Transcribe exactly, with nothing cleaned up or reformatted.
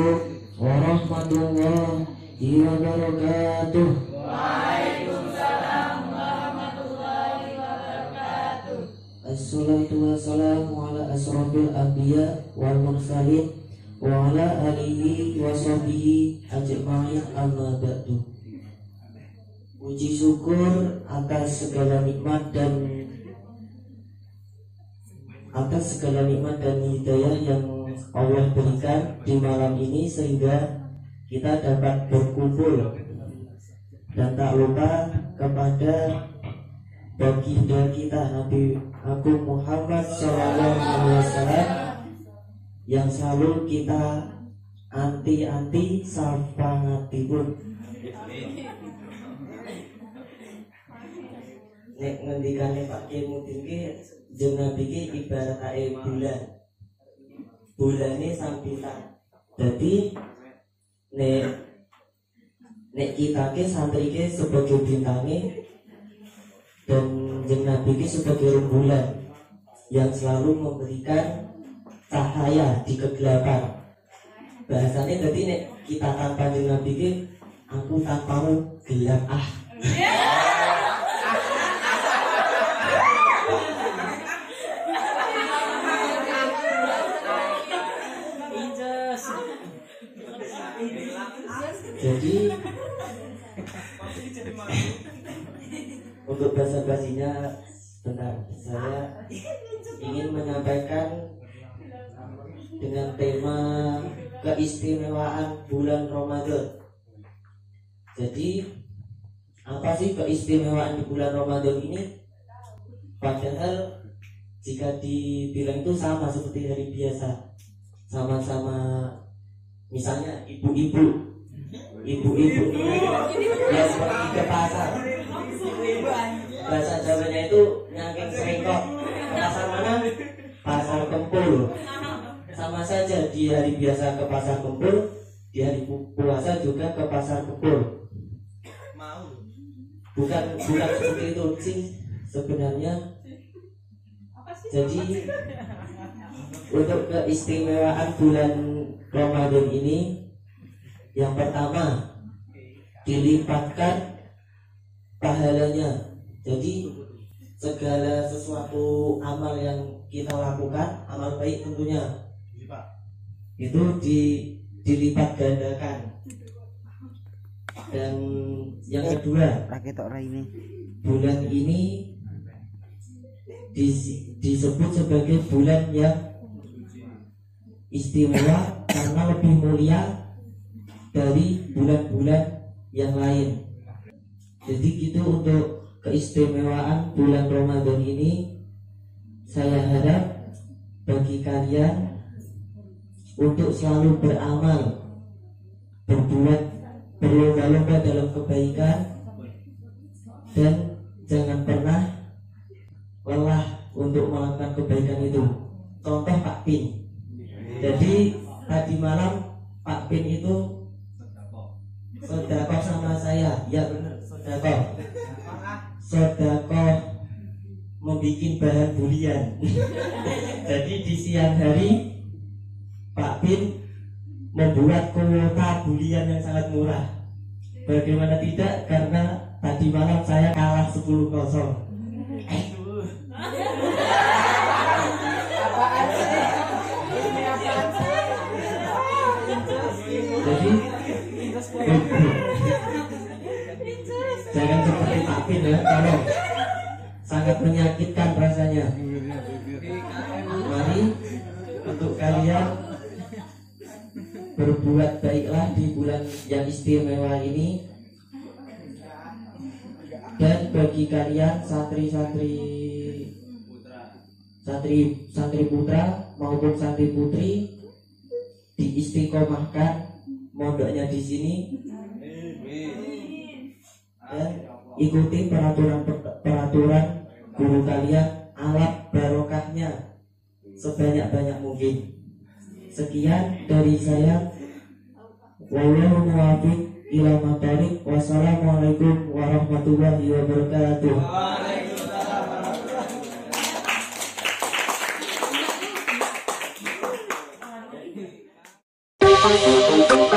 warahmatullahi wabarakatuh. Waalaikumsalam warahmatullahi wabarakatuh. Assalatu wassalamu ala asrofil anbiya wal mursalin wa ala alihi wa sahbihi ajma'in, amma ba'du. Puji syukur atas segala nikmat dan atas segala nikmat dan hidayah yang Allah berikan di malam ini sehingga kita dapat berkumpul, dan tak lupa kepada baginda kita Nabi Agung Muhammad shallallahu alaihi wasallam yang selalu kita anti-anti sapangatipun. Nek ngendikane Pak Kiai Mudin ki jeneng Nabi ki ibarat ae bulan. Bulane sambitan. Dadi nek nek kita ke santri ke sebagai bintangnya dan jeneng Nabi ki sebagai rembulan yang selalu memberikan cahaya di kegelapan. Bahasanya berarti nek kita tanpa jeneng Nabi ki, aku tanpamu gelap ah. Jadi untuk basa-basinya benar, saya ingin menyampaikan dengan tema keistimewaan bulan Ramadan. Jadi apa sih keistimewaan di bulan Ramadan ini? Padahal jika dibilang itu sama seperti hari biasa, sama-sama, misalnya ibu-ibu Ibu-ibu ini yang pergi ke pasar, bahasa Jawanya itu nyangking serengkok. Pasar mana? Pasar Kempul. Sama saja, di hari biasa ke pasar Kempul, di hari puasa juga ke pasar Kempul. Bukan bukan seperti itu sih sebenarnya. Jadi untuk keistimewaan bulan Ramadan ini, yang pertama, dilipatkan pahalanya. Jadi segala sesuatu amal yang kita lakukan, amal baik tentunya, itu di, dilipat gandakan. Dan yang kedua, bulan ini dis, disebut sebagai bulan yang istimewa karena lebih mulia dari bulan-bulan yang lain. Jadi gitu untuk keistimewaan bulan Ramadan ini, saya harap bagi kalian untuk selalu beramal, berbuat, berlomba-lomba dalam kebaikan, dan jangan pernah lelah untuk melakukan kebaikan itu. Contoh Pak Pin. Jadi tadi malam Pak Pin itu sedekah sama saya, ya benar, sedekah, sedekah membuat bahan bulian. Jadi di siang hari Pak Bin membuat kuota bulian yang sangat murah. Bagaimana tidak, karena tadi malam saya kalah sepuluh kosong. Jadi jangan seperti Pak Bin ya, tolong, sangat menyakitkan rasanya. Mari untuk kalian berbuat baiklah di bulan yang istimewa ini. Dan bagi kalian santri-santri santri santri putra maupun santri putri, diistiqomahkan mondoknya di sini dan ikuti peraturan-peraturan guru kalian, alat barokahnya sebanyak-banyak mungkin. Sekian dari saya. Wallahu muwaffiq ila maqariq. Wassalamualaikum warahmatullahi wabarakatuh. Thank you.